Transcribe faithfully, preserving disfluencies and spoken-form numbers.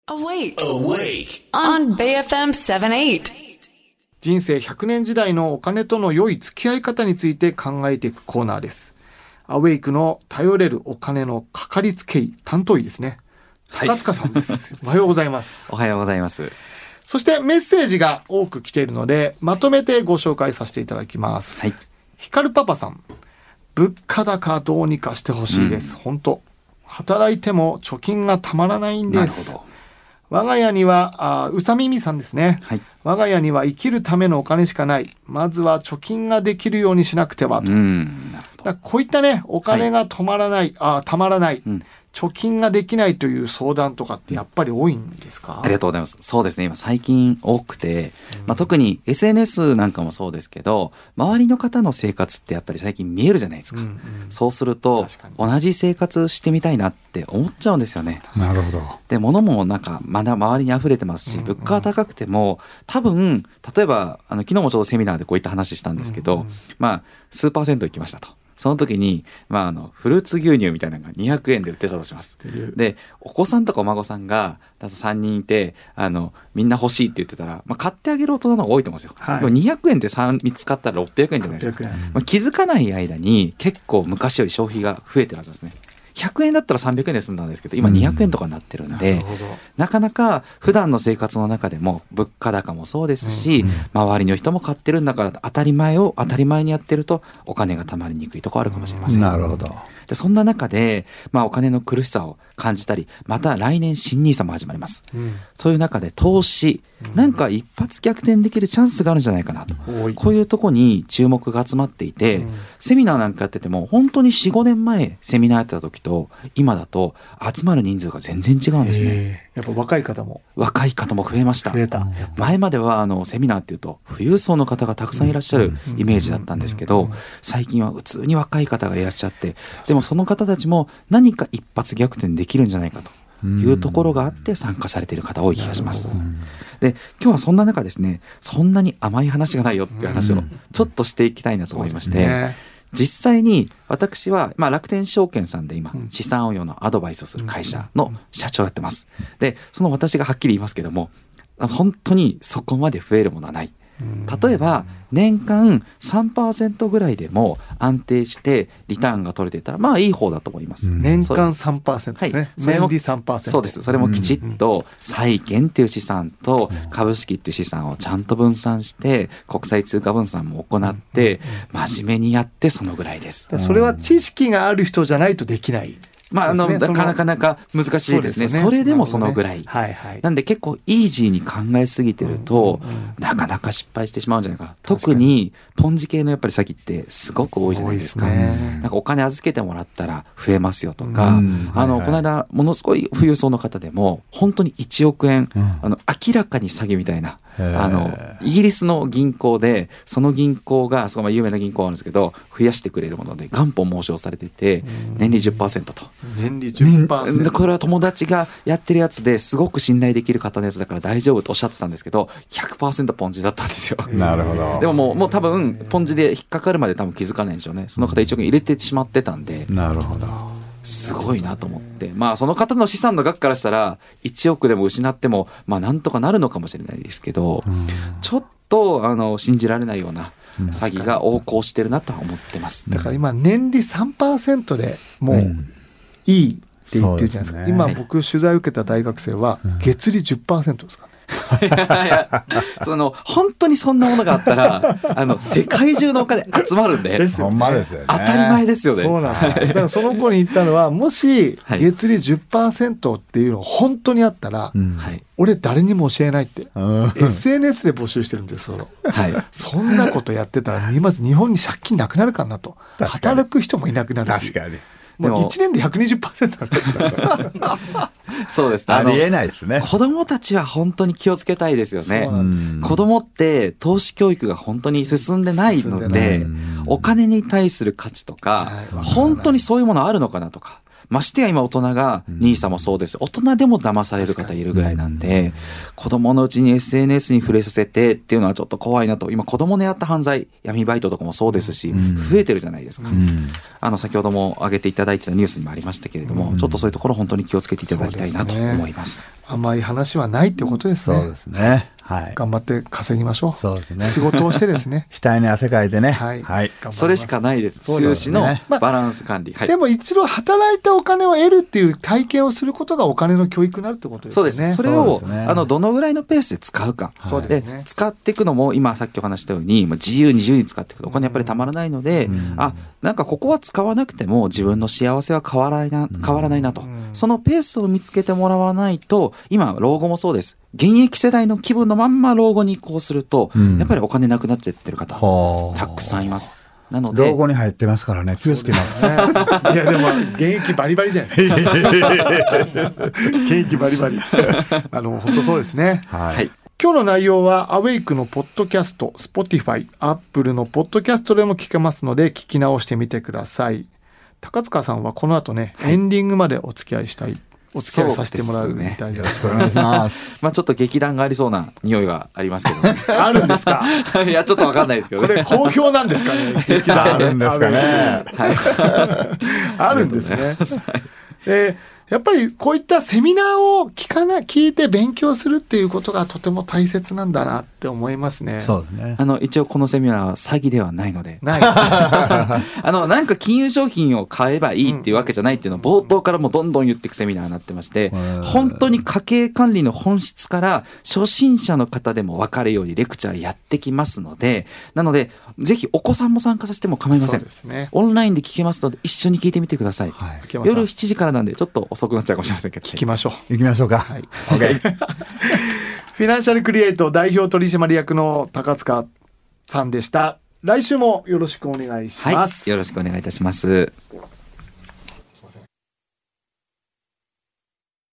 Awake. Awake. On ベイエフエム セブンティーエイト。 人生ひゃくねん時代のお金との良い付き合い方について考えていくコーナーです。アウェイクの頼れるお金のかかりつけ医担当医ですね。高塚さんです。おはようございます。 おはようございます。 そしてメッセージが多く来ているのでまとめてご紹介させていただきます。はい。ヒカルパパさん、物価高どうにかしてほしいです。うん、本当働いても貯金がたまらないんです。なるほど。我が家にはあうさみみさんですね、はい、我が家には生きるためのお金しかない、まずは貯金ができるようにしなくてはと。うん、なるほど。だこういったねお金が止まらない、はい、あたまらない、うん、貯金ができないという相談とかってやっぱり多いんですか？ ありがとうございます。そうですね、今最近多くて、まあ、特に エスエヌエス なんかもそうですけど、周りの方の生活ってやっぱり最近見えるじゃないですか、うんうん、そうすると同じ生活してみたいなって思っちゃうんですよね。 なるほど。 で物もなんかまだ周りに溢れてますし、物価は高くても多分例えばあの昨日もちょうどセミナーでこういった話したんですけど、うんうん、まあ数パーセントいきましたと。その時に、まあ、あのフルーツ牛乳みたいなのがにひゃくえんで売ってたとします。でお子さんとかお孫さんがだとさんにんいて、あのみんな欲しいって言ってたら、まあ、買ってあげる大人の方が多いと思うんですよ、はい、でもにひゃくえんで さんみっつ買ったらろっぴゃくえんじゃないですか、まあ、気づかない間に結構昔より消費が増えてるはずですね。ひゃくえんだったらさんびゃくえんで済んだんですけど、今にひゃくえんとかになってるんで、うん、なるほど。なかなか普段の生活の中でも物価高もそうですし、うんうん、周りの人も買ってるんだから当たり前を当たり前にやってるとお金が貯まりにくいところあるかもしれません。 なるほど。 でそんな中で、まあ、お金の苦しさを感じたり、また来年新ニーサも始まります、うん、そういう中で投資、うん、なんか一発逆転できるチャンスがあるんじゃないかなと、うん、こういうとこに注目が集まっていて、うん、セミナーなんかやってても本当に よん,ご 年前セミナーやってた時と今だと集まる人数が全然違うんですね。 やっぱ若い方も若い方も増えました。 増えた。 前まではあのセミナーっていうと富裕層の方がたくさんいらっしゃるイメージだったんですけど、最近は普通に若い方がいらっしゃって、でもその方たちも何か一発逆転できるんじゃないかというところがあって参加されている方多い気がします。で今日はそんな中ですね、そんなに甘い話がないよっていう話をちょっとしていきたいなと思いまして、実際に私は、まあ、楽天証券さんで今資産運用のアドバイスをする会社の社長をやってます。でその私がはっきり言いますけども、本当にそこまで増えるものはない。例えば年間 さんパーセント ぐらいでも安定してリターンが取れてたらまあいい方だと思います、 うん、年間 さんパーセント ですね、はい、年利 さんパーセント。 そうです。それもきちっと債券っていう資産と株式っていう資産をちゃんと分散して国際通貨分散も行って真面目にやってそのぐらいです。 それは知識がある人じゃないとできない。 まあ、あのなかなかなか難しいですね。 そ, ですよね。それでもそのぐらい、ね、はいはい、なんで結構イージーに考えすぎてると、うんうんうん、なかなか失敗してしまうんじゃないか。特にポンジ系のやっぱり詐欺ってすごく多いじゃないですか。ですね、なんかお金預けてもらったら増えますよとか、うん、あの、はいはい、この間ものすごい富裕層の方でも本当にいちおくえん、うん、あの明らかに詐欺みたいな、あのイギリスの銀行でその銀行がその有名な銀行があるんですけど増やしてくれるもので元本申しをされてて年利 じゅっパーセント と。 年利 じゅっパーセント、 これは友達がやってるやつですごく信頼できる方のやつだから大丈夫とおっしゃってたんですけど ひゃくパーセント ポンジだったんですよ。 なるほど。 でももう、もう多分ポンジで引っかかるまで多分気づかないんでしょうね。その方いちおくえん入れてしまってたんで。 なるほど。 すごいなと思って、まあその方の資産の額からしたらいちおくでも失ってもまあなんとかなるのかもしれないですけど、ちょっとあの信じられないような詐欺が横行してるなとは思ってます。 だから今年利 さんパーセント でもういいって言ってるじゃないですか、うん、今僕取材を受けた大学生は月利 じゅっパーセント ですかね。 いやいやその本当にそんなものがあったらあの世界中のお金集まるんでですよ、ね、 当たり前ですよね。 そうなんです。だからその子に言ったのはもし月利 じゅっパーセント っていうの本当にあったら、はい、俺誰にも教えないって、うん、エスエヌエス で募集してるんですその、はい、そんなことやってたらまず日本に借金なくなるかなと。働く人もいなくなるし、 確かにもういちねんで ひゃくにじゅっパーセント あるそうですね。 ありえないですね。 子供たちは本当に気をつけたいですよね。子供って投資教育が本当に進んでないのでお金に対する価値とか本当にそういうものあるのかなとか、 ましてや今大人がニーサもそうです。大人でも騙される方いるぐらいなんで、子供のうちに エスエヌエス に触れさせてっていうのはちょっと怖いなと。今子供狙った犯罪、闇バイトとかもそうですし、増えてるじゃないですか。あの先ほども挙げていただいてたニュースにもありましたけれども、ちょっとそういうところ本当に気をつけていただきたいなと思います。 甘い話はないってことですね。 そうですね。はい。 頑張って稼ぎましょう。 そうですね。 仕事をしてですね。 額に汗かいてね。 はい。 はい。 それしかないです。収支のバランス管理。 はい。でも一度働いてお金を得るっていう体験をすることがお金の教育になるってことですね。 そうです。それを、ね、あのどのぐらいのペースで使うか。 そうですね。 で使っていくのも今さっきお話したように自由に自由に使っていくとお金やっぱりたまらないので、うん、あなんかここは使わなくても自分の幸せは変わらないな変わらないなと、うん、そのペースを見つけてもらわないと今老後もそうです。現役世代の気分のまんま老後に移行すると、うん、やっぱりお金なくなっちゃってる方たくさんいます。なので老後に入ってますからね気をつけます、ね、 いやでも現役バリバリじゃないですか現役バリバリあの本当そうですね、はい、今日の内容はアウェイクのポッドキャスト Spotify、Apple のポッドキャストでも聞けますので聞き直してみてください。高塚さんはこの後ね、はい、エンディングまでお付き合いしたいお付き合いさせてもらうみたいで、 よろしくお願いしますまあちょっと劇団がありそうな匂いがありますけど、ね、 あるんですかいやちょっとわかんないですけど、ね、 これ好評なんですかね劇団あるんですかね、 はい、あるんですねえーやっぱりこういったセミナーを聞かな聞いて勉強するっていうことがとても大切なんだなって思いますね。 そうですね。 あの一応このセミナーは詐欺ではないので、 ないあのなんか金融商品を買えばいいっていうわけじゃないっていうのを冒頭からもうどんどん言っていくセミナーになってまして、本当に家計管理の本質から初心者の方でも分かるようにレクチャーやってきますので、なのでぜひお子さんも参加させても構いません。 そうですね。 オンラインで聞けますので一緒に聞いてみてください。はい、夜しちじからなんでちょっと遅くなっちゃうかもしれませんけど、 聞きましょう行きましょうか、 はい、OK フィナンシャルクリエイト代表取締役の高塚さんでした。来週もよろしくお願いします、 はい、よろしくお願いいたします。